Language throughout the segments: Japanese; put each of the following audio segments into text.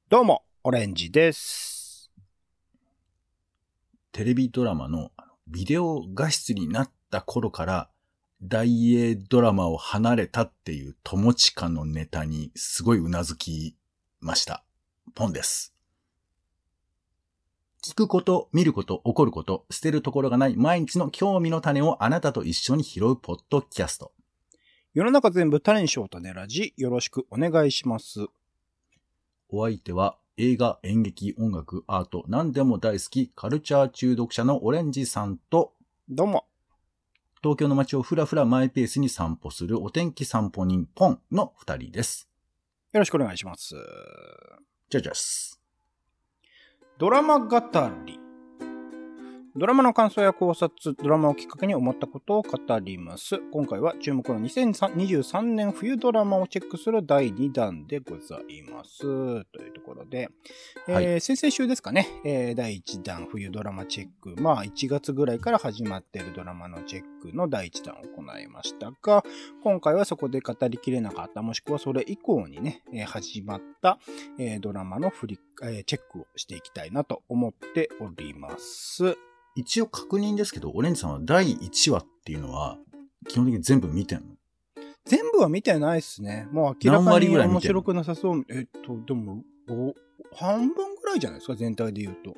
どうも、オレンジです。 テレビドラマのビデオ画質になった頃から大映ドラマを離れたっていう友近のネタにすごいうなずきました。ポンです。聞くこと、見ること、怒ること、捨てるところがない毎日の興味の種をあなたと一緒に拾うポッドキャスト。 世の中全部種にしよう種ラジ、よろしくお願いします。 お相手は映画、演劇、音楽、アート、何でも大好き、カルチャー中毒者のオレンジさんと、 どうも。 東京の街をふらふらマイペースに散歩するお天気散歩人ポンの二人です。 よろしくお願いします。 じゃじゃす。 ドラマ語り。ドラマの感想や考察、ドラマをきっかけに思ったことを語ります。今回は注目の2023年冬ドラマをチェックする第2弾でございます。というところで、先々週ですかね、第1弾冬ドラマチェック、1月ぐらいから始まっているドラマのチェックの第1弾を行いましたが、今回はそこで語りきれなかった、もしくはそれ以降にね、始まった、ドラマのチェックをしていきたいなと思っております。 一応確認ですけど、オレンジさんは第1話っていうのは、基本的に全部見てんの？ 全部は見てないっすね。もう明らかに面白くなさそう。でも、半分ぐらいじゃないですか、全体で言うと。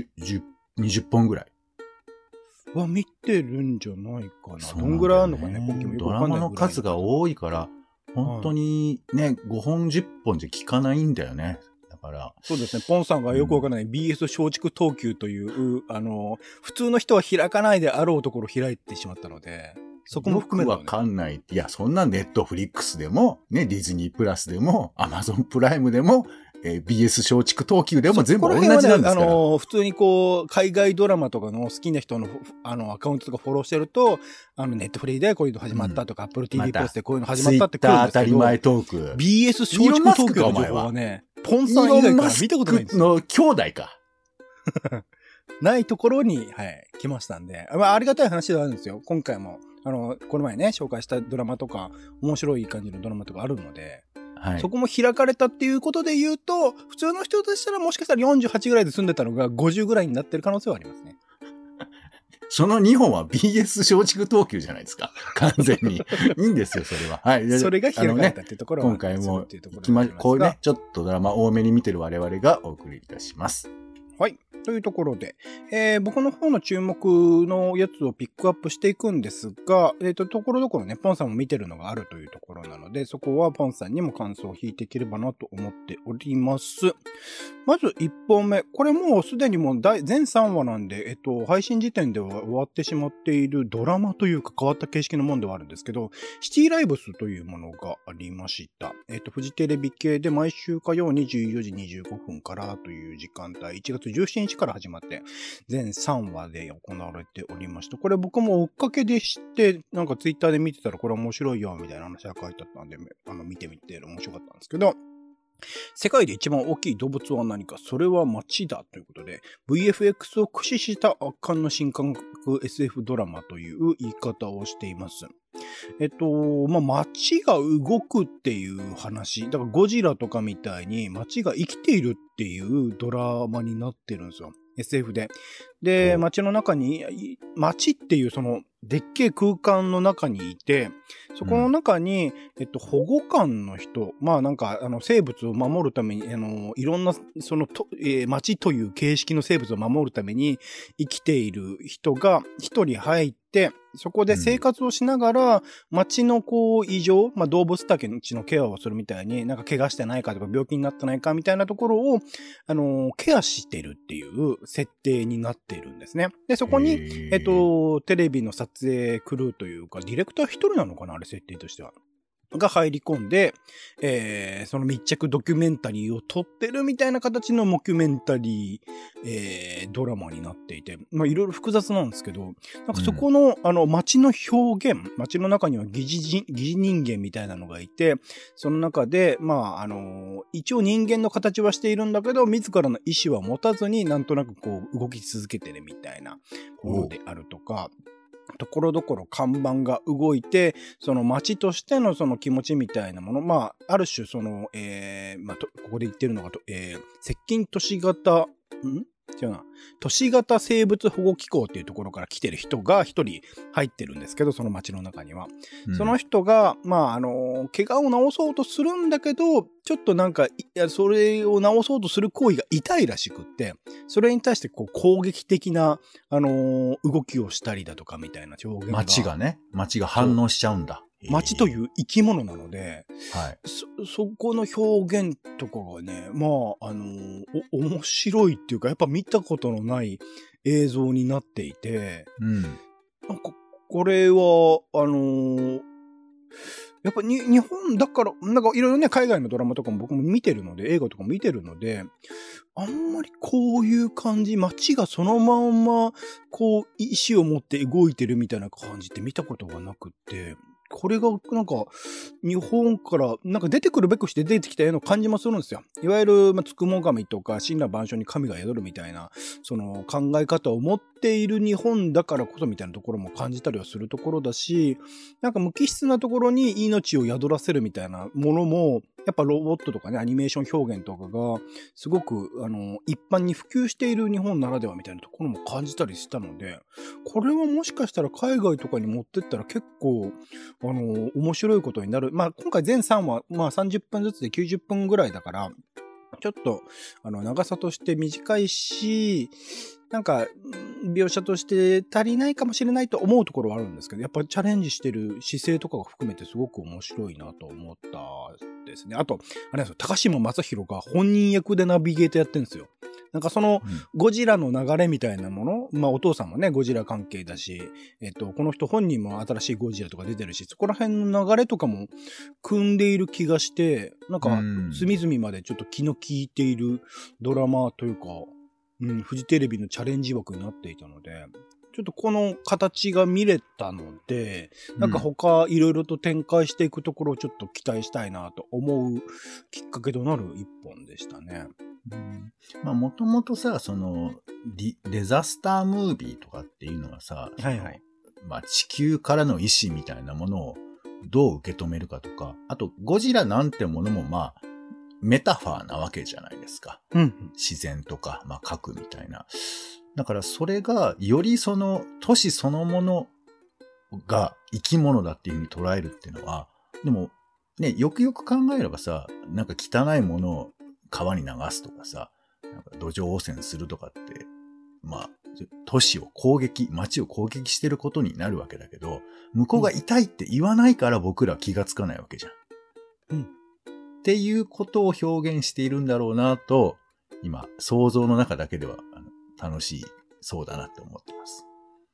20本ぐらい。 見てるんじゃないかな。どんぐらいあるのかね、 ドラマの数が多いから、本当にね、5本10本じゃ効かないんだよね。 そうですね。ポンさんがよくわからない BS 松竹東急という、普通の人は開かないであろうところを開いてしまったので、そこも含めて、ね。 よくわかんない。いや、そんなネットフリックスでも、ね、ディズニープラスでも、アマゾンプライムでも、BS 松竹東急でも全部同じなんですから。 普通にこう、海外ドラマとかの好きな人の、アカウントとかフォローしてると、ネットフリーでこういうの始まったとか、Apple TV プラスでこういうの始まったってくるんですけど、 当たり前トーク。 BS 松竹東急の情報はね、ポンさん以外から見たことないんですよ。 の兄弟か。 ないところに、来ましたんで、ありがたい話ではあるんですよ。今回も、この前ね、紹介したドラマとか、面白い感じのドラマとかあるので、そこも開かれたっていうことで言うと、普通の人としたらもしかしたら48ぐらいで住んでたのが50ぐらいになってる可能性はありますね。 その2本は BS 松竹東急じゃないですか。完全に。いいんですよ、それは。はい。 それが開かれたっていうところは、 今回もこういうね、ちょっとドラマ多めに見てる我々がお送りいたします。 はい。というところで、僕の方の注目のやつをピックアップしていくんですが、ところどころね、ポンさんも見てるのがあるというところなので、そこはポンさんにも感想を引いていければなと思っております。まず1本目。これもうすでにもう全3話なんで、配信時点では終わってしまっているドラマというか変わった形式のものではあるんですけど、シティライブスというものがありました。フジテレビ系で毎週火曜24時25分からという時間帯、1月17日から始まって、全3話で行われておりました。これ僕も追っかけで知って、なんかツイッターで見てたらこれ面白いよ、みたいな話が書いてあったんで、見てみて面白かったんですけど、世界で一番大きい動物は何か、それは街だということで、VFX を駆使した圧巻の新感覚 SF ドラマという言い方をしています。街が動くっていう話。だからゴジラとかみたいに街が生きているっていうドラマになってるんですよ。SF で。で、街の中に、街っていうその、でっけえ空間の中にいて、そこの中に、保護官の人、生物を守るために、いろんな、街という形式の生物を守るために生きている人が一人入って、そこで生活をしながら、街の異常、動物たちのケアをするみたいに、なんか怪我してないかとか病気になってないかみたいなところを、ケアしてるっていう設定になっているんですね。で、そこに、テレビの撮影クルーというか、ディレクター一人なのかな、あれ設定としては。が入り込んで、その密着ドキュメンタリーを撮ってるみたいな形のモキュメンタリー、ドラマになっていて、いろいろ複雑なんですけど、なんかそこの、街の表現、街の中には疑似人間みたいなのがいて、その中で、一応人間の形はしているんだけど、自らの意思は持たずになんとなく動き続けてるみたいなものであるとか、 ところどころ看板が動いて、その街としてのその気持ちみたいなもの、まあ、ある種その、ここで言ってるのが接近都市型、違うな。都市型生物保護機構っていうところから来てる人が一人入ってるんですけど、その街の中には。その人が、まあ、怪我を治そうとするんだけど、ちょっとなんか、それを治そうとする行為が痛いらしくって、それに対してこう攻撃的な、動きをしたりだとかみたいな表現が。 街が反応しちゃうんだ。 街という生き物なので、 はい。 そこの表現とかがね、まあ、面白いっていうか、やっぱ見たことのない映像になっていて、なんか、これは、やっぱ日本だから、なんかいろいろね、海外のドラマとかも僕も見てるので、映画とかも見てるので、あんまりこういう感じ、街がそのまんま、こう、意志を持って動いてるみたいな感じって見たことがなくって、これがなんか日本からなんか出てくるべくして出てきたような感じもするんですよ。いわゆるつくも神とか神羅万象に神が宿るみたいなその考え方を持っている日本だからこそみたいなところも感じたりはするところだし、なんか無機質なところに命を宿らせるみたいなものもやっぱロボットとかねアニメーション表現とかがすごく一般に普及している日本ならではみたいなところも感じたりしたので、これはもしかしたら海外とかに持ってったら結構面白いことになる。まあ、今回全3話、まあ30分ずつで90分ぐらいだから、ちょっと、長さとして短いし、なんか、描写として足りないかもしれないと思うところはあるんですけど、やっぱりチャレンジしてる姿勢とかが含めてすごく面白いなと思ったですね。あと、あれなんですよ、高島正宏が本人役でナビゲートやってるんですよ。なんかそのゴジラの流れみたいなもの、まあお父さんもね、ゴジラ関係だし、この人本人も新しいゴジラとか出てるし、そこら辺の流れとかも組んでいる気がして、なんか隅々までちょっと気の利いているドラマというか、フジテレビのチャレンジ枠になっていたので、ちょっとこの形が見れたので、なんか他いろいろと展開していくところをちょっと期待したいなと思うきっかけとなる一本でしたね。 まあもともとさ、そのデザスタームービーとかっていうのはさ、 はいはい。 まあ地球からの意志みたいなものをどう受け止めるかとか、あとゴジラなんてものもまあメタファーなわけじゃないですか。自然とか、まあ核みたいな。だからそれがよりその都市そのものが生き物だっていうふうに捉えるっていうのは、でもね、よくよく考えればさ、なんか汚いものを川に流すとかさ、なんか土壌汚染するとかって、まあ、都市を攻撃、街を攻撃してることになるわけだけど、向こうが痛いって言わないから僕ら気がつかないわけじゃん。っていうことを表現しているんだろうなと、今、想像の中だけでは楽しいそうだなって思ってます。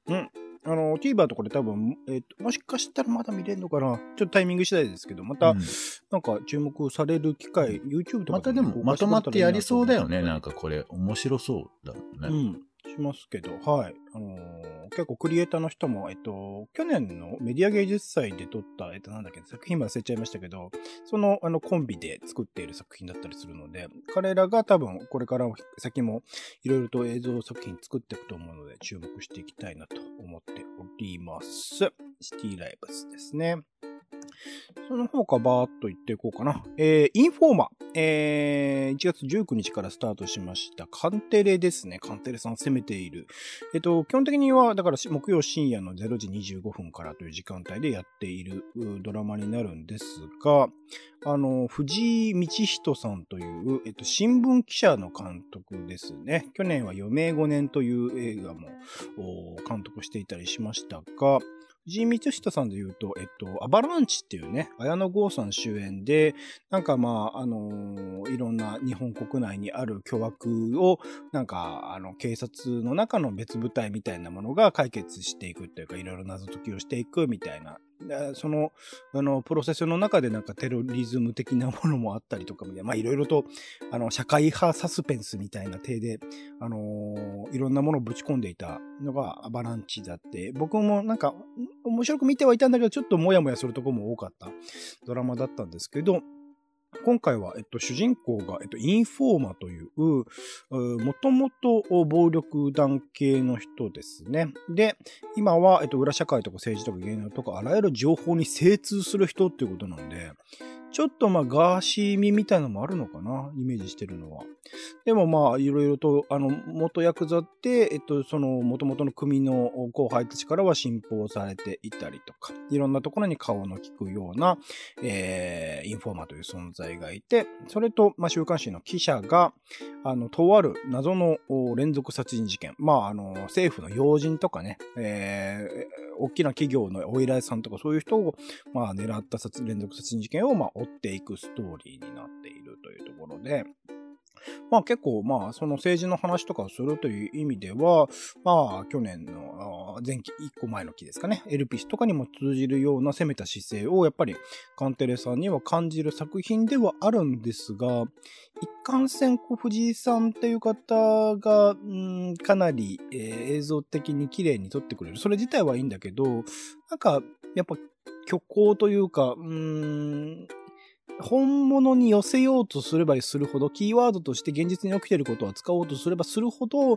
TVer とかで多分、もしかしたらまだ見れるのかな、ちょっとタイミング次第ですけど、また、なんか注目される機会、YouTube とかまたでも、まとまってやりそうだよね。なんかこれ、面白そうだよね。 しますけど、はい。結構クリエイターの人も、去年のメディア芸術祭で撮った、なんだっけ、作品も忘れちゃいましたけど、その、コンビで作っている作品だったりするので、彼らが多分、これから先も、いろいろと映像作品作っていくと思うので、注目していきたいなと思っております。シティライブスですね。その他バーっと言っていこうかな。インフォーマ。1月19日からスタートしました。カンテレですね。カンテレさん攻めている。基本的には、だから木曜深夜の0時25分からという時間帯でやっているドラマになるんですが、藤井道人さんという、新聞記者の監督ですね。去年は余命5年という映画も監督していたりしましたが、藤井道人さんで言うと、アバランチっていうね、綾野剛さん主演で、なんかまあ、いろんな日本国内にある巨枠を、なんか、警察の中の別部隊みたいなものが解決していくっていうか、いろいろ謎解きをしていくみたいな、その、プロセスの中でなんかテロリズム的なものもあったりとかみたいな、まあいろいろと、社会派サスペンスみたいな体で、いろんなものをぶち込んでいたのがアバランチだって、僕もなんか、面白く見てはいたんだけど、ちょっともやもやするところも多かったドラマだったんですけど、 今回は、主人公が、インフォーマという、もともと暴力団系の人ですね。で、今は、裏社会とか政治とか芸能とか、あらゆる情報に精通する人っていうことなんで、ちょっとガーシー味みたいなのもあるのかな、イメージしてるのは。でもいろいろと、元ヤクザって、その元々の組の後輩たちからは信奉されていたりとか、いろんなところに顔の利くような、インフォーマーという存在がいて、それと、週刊誌の記者が、とある謎の連続殺人事件、政府の要人とかね、大きな企業のお依頼さんとかそういう人を、狙った連続殺人事件を、追っていくストーリーになっているというところで、結構、その政治の話とかをするという意味では、去年の前期、1個前の期ですかね、エルピスとかにも通じるような攻めた姿勢を、やっぱり、カンテレさんには感じる作品ではあるんですが、一貫線、藤井さんっていう方が、かなり、映像的に綺麗に撮ってくれる。それ自体はいいんだけど、やっぱ、虚構というか、本物に寄せようとすればするほど、キーワードとして現実に起きていることを扱おうとすればするほど、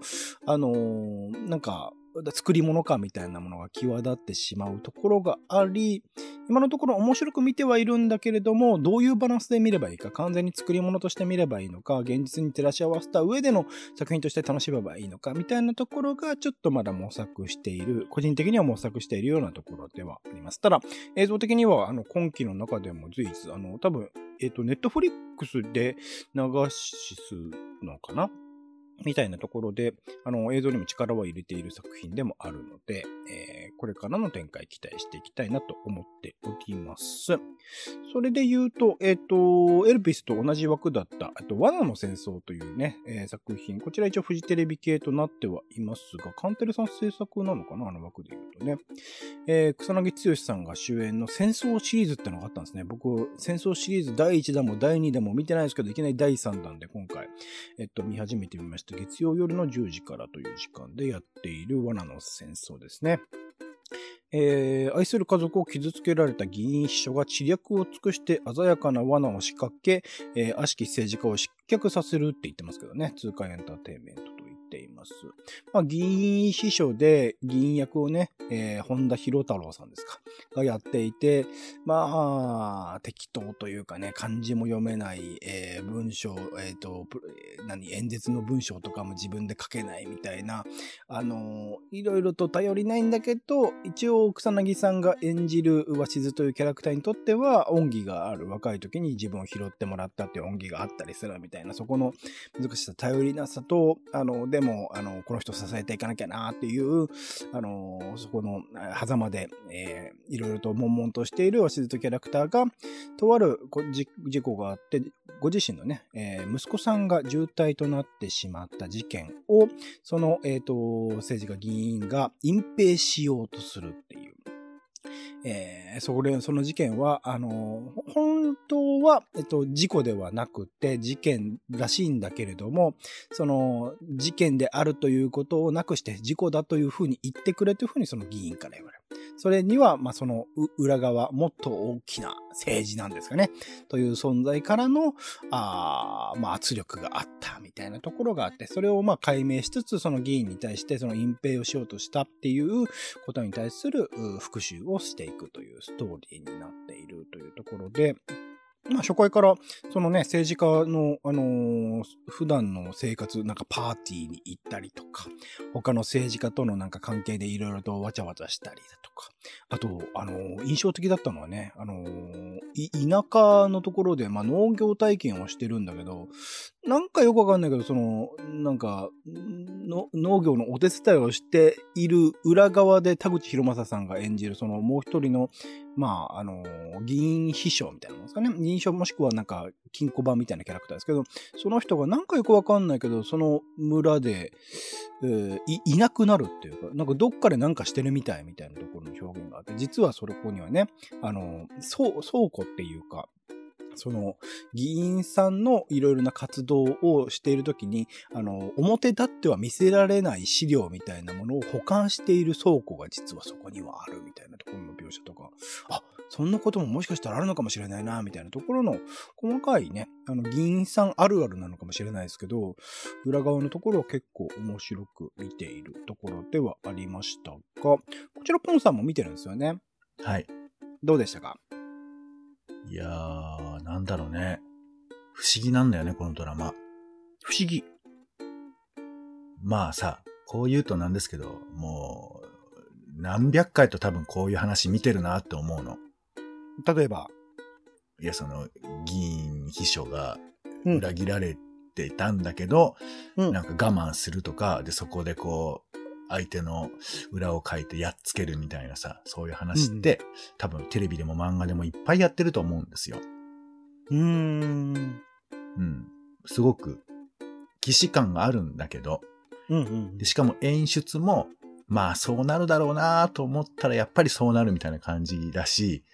作り物感みたいなものが際立ってしまうところがあり、今のところ面白く見てはいるんだけれども、どういうバランスで見ればいいか、完全に作り物として見ればいいのか、現実に照らし合わせた上での作品として楽しめばいいのか、みたいなところがちょっとまだ模索している、個人的には模索しているようなところではあります。ただ、映像的には今期の中でも随一、多分、ネットフリックスで流すのかなみたいなところで、映像にも力を入れている作品でもあるので、これからの展開期待していきたいなと思っております。それで言うと、エルピスと同じ枠だった、罠の戦争というね、作品。こちら一応フジテレビ系となってはいますが、カンテレさん制作なのかな、枠で言うとね。草薙剛さんが主演の戦争シリーズってのがあったんですね。僕、戦争シリーズ第1弾も第2弾も見てないですけど、いきなり第3弾で今回、見始めてみました。月曜夜の10時からという時間でやっている罠の戦争ですね。愛する家族を傷つけられた議員秘書が知略を尽くして鮮やかな罠を仕掛け、悪しき政治家を失脚させるって言ってますけどね。痛快エンターテインメントと言っています。議員秘書で議員役をね、本田博太郎さんですかがやっていて、適当というかね、漢字も読めない、文章、演説の文章とかも自分で書けないみたいな、いろいろと頼りないんだけど、一応草薙さんが演じる鷲津というキャラクターにとっては恩義がある、若い時に自分を拾ってもらったっていう恩義があったりするみたいな、そこの難しさ、頼りなさと、でもこの人を支えていかなきゃなっていう、そこの狭間で、いろいろと悶々としている鷲津とキャラクターが、とある事故があって、ご自身のね、息子さんが重体となってしまった事件を、その、政治家議員が隠蔽しようとするっていう。その事件は、本当は、事故ではなくて事件らしいんだけれども、その事件であるということをなくして事故だというふうに言ってくれというふうにその議員から言われる。それには、その裏側、もっと大きな政治なんですかね。という存在からの、圧力があったみたいなところがあって、それを解明しつつ、その議員に対してその隠蔽をしようとしたっていうことに対する復讐をしていくというストーリーになっているというところで、初回から、そのね、政治家の、普段の生活、パーティーに行ったりとか、他の政治家との関係でいろいろとわちゃわちゃしたりだとか、あと、印象的だったのはね、田舎のところで、農業体験をしてるんだけど、よくわかんないけど、農業のお手伝いをしている裏側で田口博正さんが演じる、もう一人の、議員秘書みたいなものですかね。議員秘書もしくは金庫番みたいなキャラクターですけど、その人がよくわかんないけど、その村で、いなくなるっていうか、どっかでしてるみたいなところの表現があって、実はそこにはね、倉庫っていうか、その議員さんのいろいろな活動をしているときに、表立っては見せられない資料みたいなものを保管している倉庫が実はそこにはあるみたいなところの描写とか、 そんなことももしかしたらあるのかもしれないな、みたいなところの細かいね、議員さんあるあるなのかもしれないですけど、裏側のところを結構面白く見ているところではありましたが、こちらポンさんも見てるんですよね。 はい。 どうでしたか？ いやー、なんだろうね。不思議なんだよね、このドラマ。 不思議。 まあさ、こう言うとなんですけど、もう、何百回と多分こういう話見てるなって思うの。 例えば。 いや、議員秘書が裏切られていたんだけど、なんか我慢するとか、で、そこでこう、相手の裏を書いてやっつけるみたいなさ、そういう話って、多分テレビでも漫画でもいっぱいやってると思うんですよ。すごく、既視感があるんだけど、でしかも演出も、まあそうなるだろうなと思ったらやっぱりそうなるみたいな感じだし、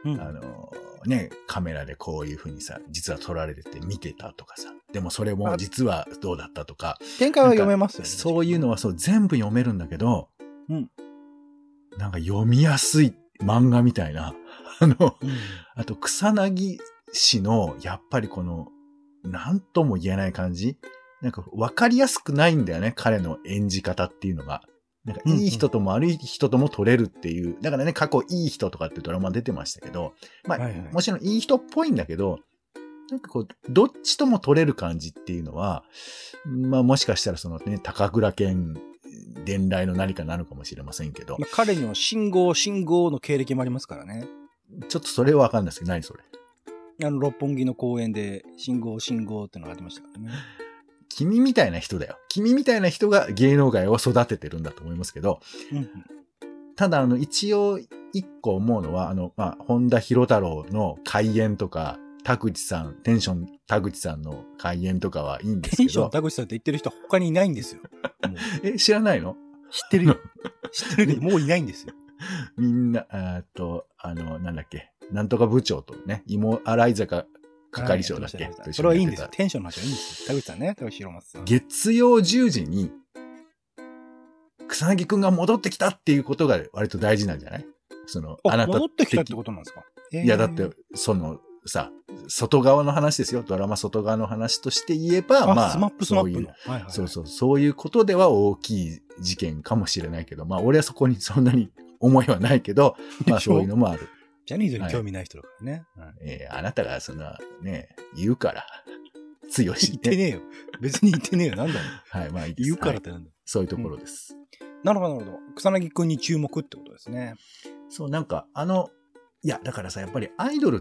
カメラでこういう風にさ、実は撮られてて見てたとかさ、でもそれも実はどうだったとか。 展開は読めますよね。 そういうのはそう全部読めるんだけど、なんか読みやすい漫画みたいな。あと草薙氏のやっぱりこの、なんとも言えない感じ。なんか分かりやすくないんだよね、彼の演じ方っていうのが。なんかいい人とも悪い人とも撮れるっていう。だからね、過去いい人とかってドラマ出てましたけど、まあ、もちろんいい人っぽいんだけど、なんかこう、どっちとも撮れる感じっていうのは、まあもしかしたら高倉健伝来の何かなのかもしれませんけど。 まあ、彼には信号の経歴もありますからね。 ちょっとそれはわかんないですけど、何それ。 六本木の公園で信号ってのがありましたからね。 君みたいな人だよ。君みたいな人が芸能界を育ててるんだと思いますけど、ただ一応一個思うのは、本田博太郎の開演とか、テンション田口さんの開演とかはいいんですけど。 テンション田口さんって言ってる人は他にいないんですよ。 知らないの？ 知ってるよ。知ってるけど、もういないんですよ。 みんな、なんだっけ、なんとか部長とね、洗い坂係長だっけ、 それはいいんですよ。テンションの話はいいんですよ。田口さんね、田口博松さん。 月曜10時に、草薙くんが戻ってきたっていうことが割と大事なんじゃない？あなた戻ってきたってことなんですか？ いや、だって、外側の話ですよ。ドラマ外側の話として言えば、まあ、 スマップの。 そういうことでは大きい事件かもしれないけど、まあ、俺はそこにそんなに思いはないけど、まあ、そういうのもある。 ジャニーズに興味ない人だからね。 あなたが言うから。強し、 言ってねえよ。別に言ってねえよ。なんだろう。 はい、まあいいです。 言うからってなんだ、 そういうところです。 なるほど、なるほど。草薙くんに注目ってことですね。 そう、なんか、いや、だからさ、やっぱりアイドルって、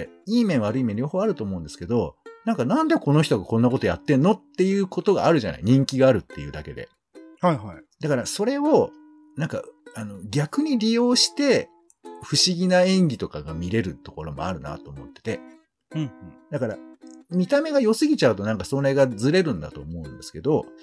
いい面悪い面両方あると思うんですけど、なんでこの人がこんなことやってんのっていうことがあるじゃない？人気があるっていうだけで。 はいはい。 だからそれを、逆に利用して、不思議な演技とかが見れるところもあるなと思ってて。だから、見た目が良すぎちゃうとそれがずれるんだと思うんですけど、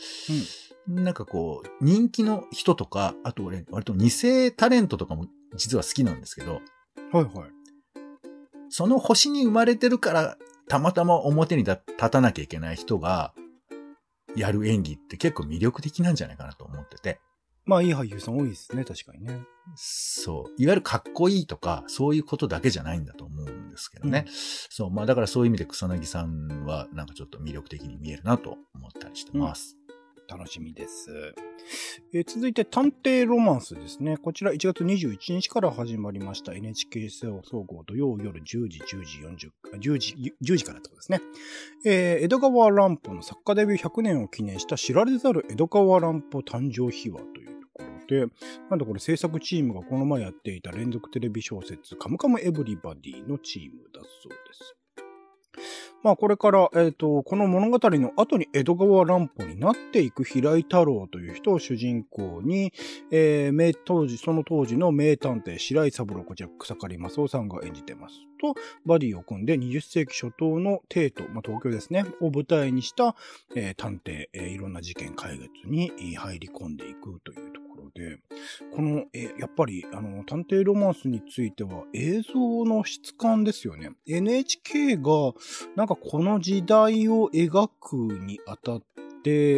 人気の人とか、あと俺、割と偽タレントとかも実は好きなんですけど、 はいはい。 その星に生まれてるから、たまたま表に立たなきゃいけない人が、やる演技って結構魅力的なんじゃないかなと思ってて。 まあいい俳優さん多いですね、確かにね。 そう。いわゆるかっこいいとか、そういうことだけじゃないんだと思うんですけどね。そう。まあだからそういう意味で草薙さんはちょっと魅力的に見えるなと思ったりしてます。 楽しみです。続いて探偵ロマンスですね。こちら1月21日から始まりました NHK 総合土曜夜10時からってことですね。江戸川乱歩の作家デビュー100年を記念した知られざる江戸川乱歩誕生秘話というところで、なんだこれ制作チームがこの前やっていた連続テレビ小説カムカムエヴリバディのチームだそうです。まあこれから、この物語の後に江戸川乱歩になっていく平井太郎という人を主人公に、その当時の名探偵白井三郎、こちら草刈正雄さんが演じてますと、バディを組んで20世紀初頭の帝都、まあ東京ですね、を舞台にした、探偵、いろんな事件解決に入り込んでいくというところで、この、やっぱり、探偵ロマンスについては映像の質感ですよね。NHK が、この時代を描くにあたって、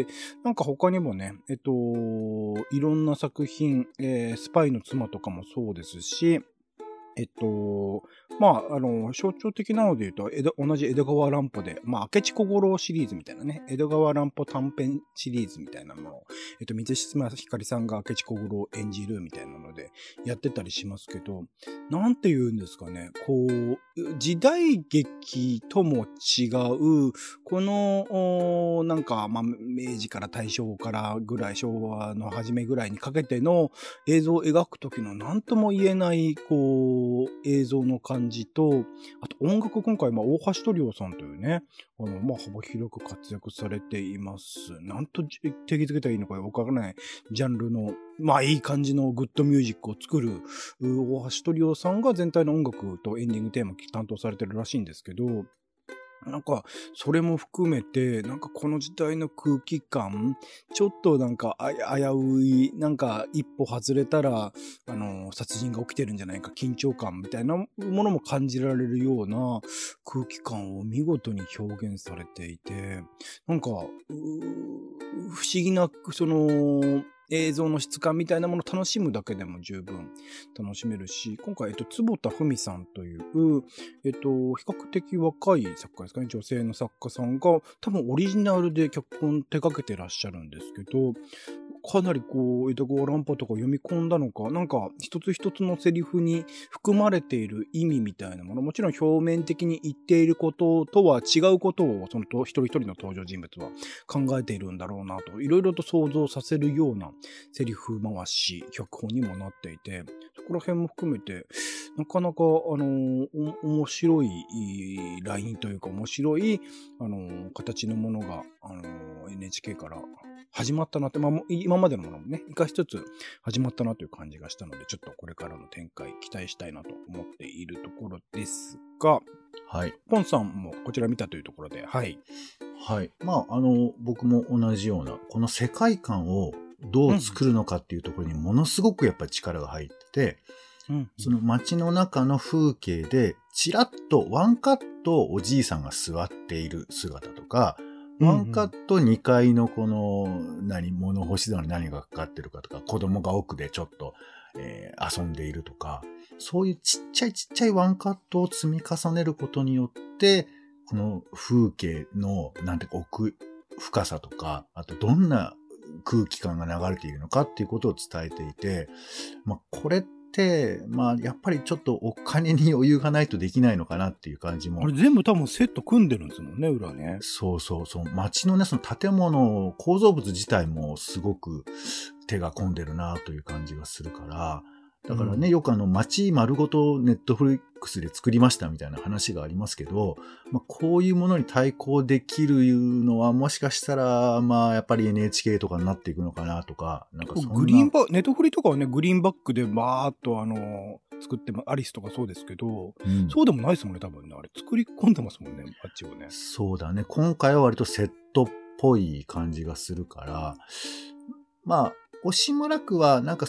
他にもね、いろんな作品、スパイの妻とかもそうですし、 象徴的なので言うと、同じ江戸川乱歩で、明智小五郎シリーズみたいなね、江戸川乱歩短編シリーズみたいなのを、満島ひかりさんが明智小五郎を演じるみたいなので、やってたりしますけど、なんて言うんですかね、時代劇とも違う、この、明治から大正からぐらい、昭和の初めぐらいにかけての映像を描くときの何とも言えない、映像の感じと、あと音楽、今回、大橋トリオさんというね、幅広く活躍されています。なんと定義づけたらいいのかわからないジャンルの、いい感じのグッドミュージックを作る、大橋トリオさんが全体の音楽とエンディングテーマ担当されてるらしいんですけど、それも含めて、この時代の空気感、ちょっと危うい、一歩外れたら、殺人が起きてるんじゃないか、緊張感みたいなものも感じられるような空気感を見事に表現されていて、不思議な、映像の質感みたいなものを楽しむだけでも十分楽しめるし、今回、坪田文さんという、比較的若い作家ですかね、女性の作家さんが、多分オリジナルで脚本手掛けてらっしゃるんですけど、かなり江戸川乱歩とか読み込んだのか、一つ一つのセリフに含まれている意味みたいなもの、もちろん表面的に言っていることとは違うことを、その一人一人の登場人物は考えているんだろうなと、いろいろと想像させるようなセリフ回し、脚本にもなっていて、そこら辺も含めて、なかなか、面白いラインというか、面白い、形のものが、NHK から始まったなって、今までのものもね、一回一つ始まったなという感じがしたので、ちょっとこれからの展開期待したいなと思っているところですが、 はい。 ポンさんもこちら見たというところで、はい。 はい。僕も同じような、この世界観をどう作るのかっていうところにものすごくやっぱり力が入ってて、その街の中の風景で、ちらっとワンカットおじいさんが座っている姿とか、ワンカット2階のこの、物干し竿に何がかかってるかとか、子供が奥でちょっと、遊んでいるとか、そういうちっちゃいワンカットを積み重ねることによって、この風景の、奥深さとか、あとどんな空気感が流れているのかっていうことを伝えていて、これって、やっぱりちょっとお金に余裕がないとできないのかなっていう感じも。 あれ全部多分セット組んでるんですもんね、裏ね。 そう。街のね、その建物、構造物自体もすごく手が込んでるなという感じがするから、だからね、よく街丸ごとネットフリックスで作りましたみたいな話がありますけど、こういうものに対抗できるのはもしかしたら、やっぱり NHK とかになっていくのかなとか、 ネットフリとかはね、グリーンバックでバーっと作っても、アリスとかそうですけど、そうでもないですもんね、多分ね。あれ作り込んでますもんね、あっちをね。 そうだね。今回は割とセットっぽい感じがするから、押村区はやっぱ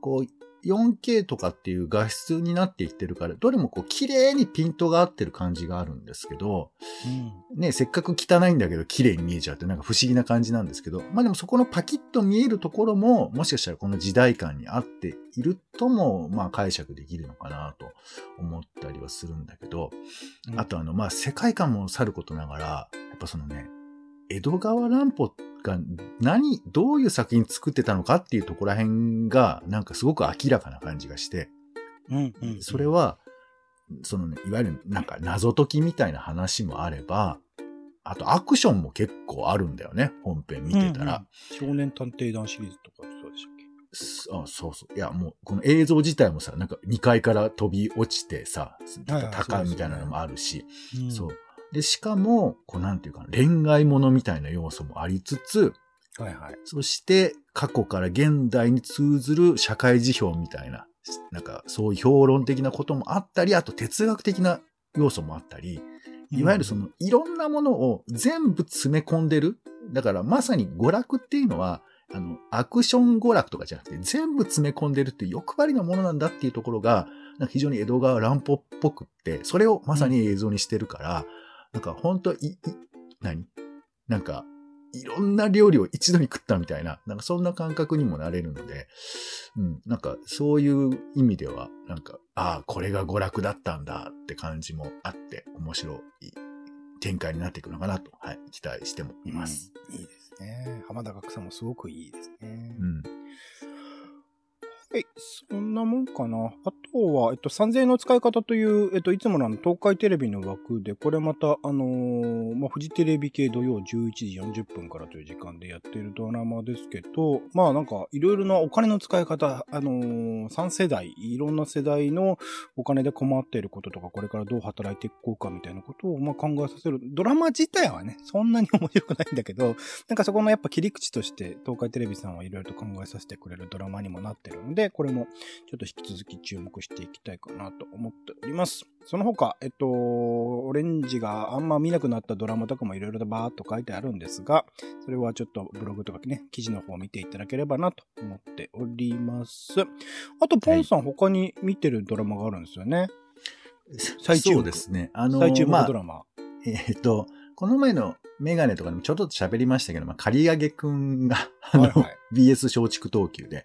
4K とかっていう画質になっていってるから、どれも綺麗にピントが合ってる感じがあるんですけど、ね、せっかく汚いんだけど綺麗に見えちゃうって不思議な感じなんですけど、でもそこのパキッと見えるところも、もしかしたらこの時代感に合っているとも、解釈できるのかなと思ったりはするんだけど、あと世界観もさることながら、やっぱ江戸川乱歩がどういう作品作ってたのかっていうところら辺がすごく明らかな感じがして、それは、いわゆる謎解きみたいな話もあれば、あとアクションも結構あるんだよね、本編見てたら。 少年探偵団シリーズとかそうでしたっけ？ そう。いや、もう、この映像自体もさ、2階から飛び落ちてさ、高いみたいなのもあるし、そう。で、しかも、恋愛ものみたいな要素もありつつ、そして、過去から現代に通ずる社会辞表みたいな、そういう評論的なこともあったり、あと哲学的な要素もあったり、いわゆるいろんなものを全部詰め込んでる。だから、まさに娯楽っていうのは、アクション娯楽とかじゃなくて、全部詰め込んでるっていう欲張りなものなんだっていうところが、非常に江戸川乱歩っぽくって、それをまさに映像にしてるから、本当いろんな料理を一度に食ったみたいな、なんかそんな感覚にもなれるので、なんかそういう意味では、なんか、これが娯楽だったんだって感じもあって、面白い展開になっていくのかなと、期待してもいます。 いいですね。浜田岳さんもすごくいいですね。はい、そんなもんかな。あとは、3000円の使い方という、いつもの東海テレビの枠で、これまた、フジテレビ系土曜11時40分からという時間でやっているドラマですけど、なんか、いろいろなお金の使い方、3世代、いろんな世代のお金で困っていることとか、これからどう働いていこうかみたいなことを、考えさせる。ドラマ自体はね、そんなに面白くないんだけど、なんかそこのやっぱ切り口として、東海テレビさんはいろいろと考えさせてくれるドラマにもなってるので、これもちょっと引き続き注目していきたいかなと思っております。その他、オレンジがあんま見なくなったドラマとかもいろいろとバーっと書いてあるんですが、それはちょっとブログとかね、記事の方を見ていただければなと思っております。あと、ポンさん、他に見てるドラマがあるんですよね。 そうですね。 最注目ドラマ。 この前のメガネとかでもちょっと喋りましたけど、刈上くんが、BS 松竹東急で、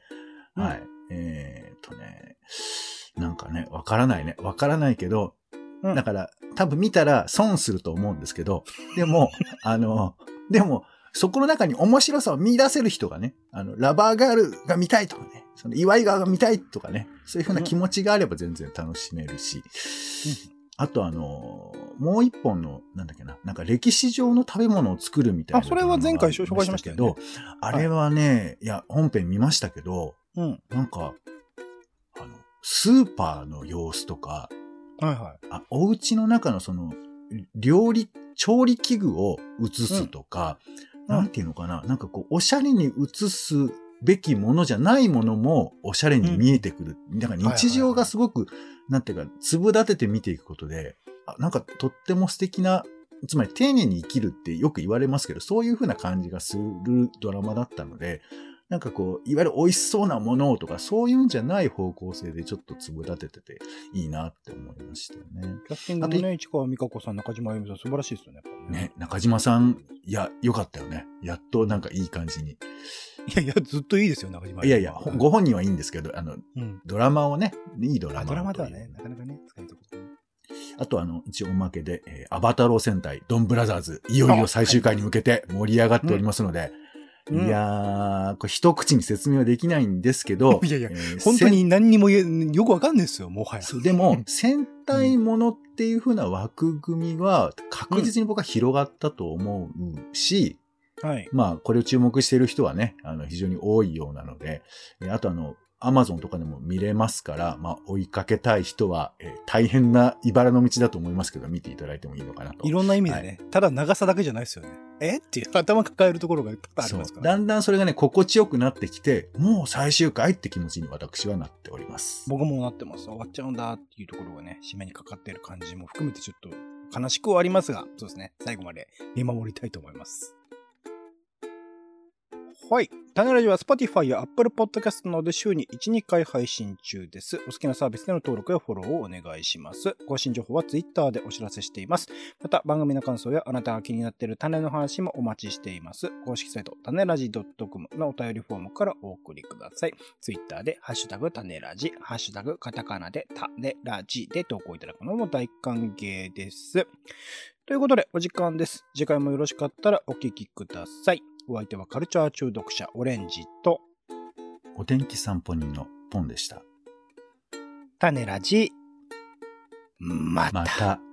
なんかね、わからないけど、だから、多分見たら損すると思うんですけど、でも、そこの中に面白さを見出せる人がね、ラバーガールが見たいとかね、その岩井川が見たいとかね、そういう風な気持ちがあれば全然楽しめるし、あともう一本の、なんか歴史上の食べ物を作るみたいな。 それは前回紹介しましたけど、 あれはね、いや、本編見ましたけど、なんか、スーパーの様子とか、お家の中のその、調理器具を映すとか、なんていうのかな、なんかこう、おしゃれに映すべきものじゃないものもおしゃれに見えてくる。だから日常がすごく、なんていうか、粒立てて見ていくことで、なんかとっても素敵な、つまり丁寧に生きるってよく言われますけど、そういう風な感じがするドラマだったので、なんかこう、いわゆる美味しそうなものとか、そういうんじゃない方向性でちょっと粒立ててていいなって思いましたよね。 キャスティングもね、市川美香子さん、中島あゆみさん、素晴らしいですよね。 ね、中島さん、いや、よかったよね。やっとなんかいい感じに。 いや、ずっといいですよ、中島あゆみ。いや、ご本人はいいんですけど、ドラマをね、いいドラマ。 ドラマではね、なかなかね、使いたことない。 あと一応おまけで、アバタロー戦隊、ドンブラザーズ、いよいよ最終回に向けて盛り上がっておりますので、いやー、これ一口に説明はできないんですけど、 本当に何にもよくわかんないですよ、もはや。 でも、戦隊ものっていう風な枠組みは確実に僕は広がったと思うし、これを注目している人はね、非常に多いようなので、あとAmazon とかでも見れますから、追いかけたい人は、大変な茨の道だと思いますけど、見ていただいてもいいのかなと。 いろんな意味でね、ただ長さだけじゃないですよね。っていう頭抱えるところが多々ありますから、 だんだんそれがね、心地よくなってきて、もう最終回って気持ちに私はなっております。 僕もなってます。終わっちゃうんだっていうところがね、締めにかかっている感じも含めてちょっと悲しくはありますが、そうですね、最後まで見守りたいと思います。はい。種ラジは Spotify や Apple Podcast などで週に1、2回配信中です。お好きなサービスでの登録やフォローをお願いします。更新情報は Twitter でお知らせしています。また、番組の感想やあなたが気になっている種の話もお待ちしています。公式サイト、種ラジ .com のお便りフォームからお送りください。Twitter で、ハッシュタグ種ラジ、ハッシュタグカタカナで種ラジで投稿いただくのも大歓迎です。ということで、お時間です。次回もよろしかったらお聞きください。お相手はカルチャー中毒者オレンジとお天気散歩人のポンでした。 種ラジまた。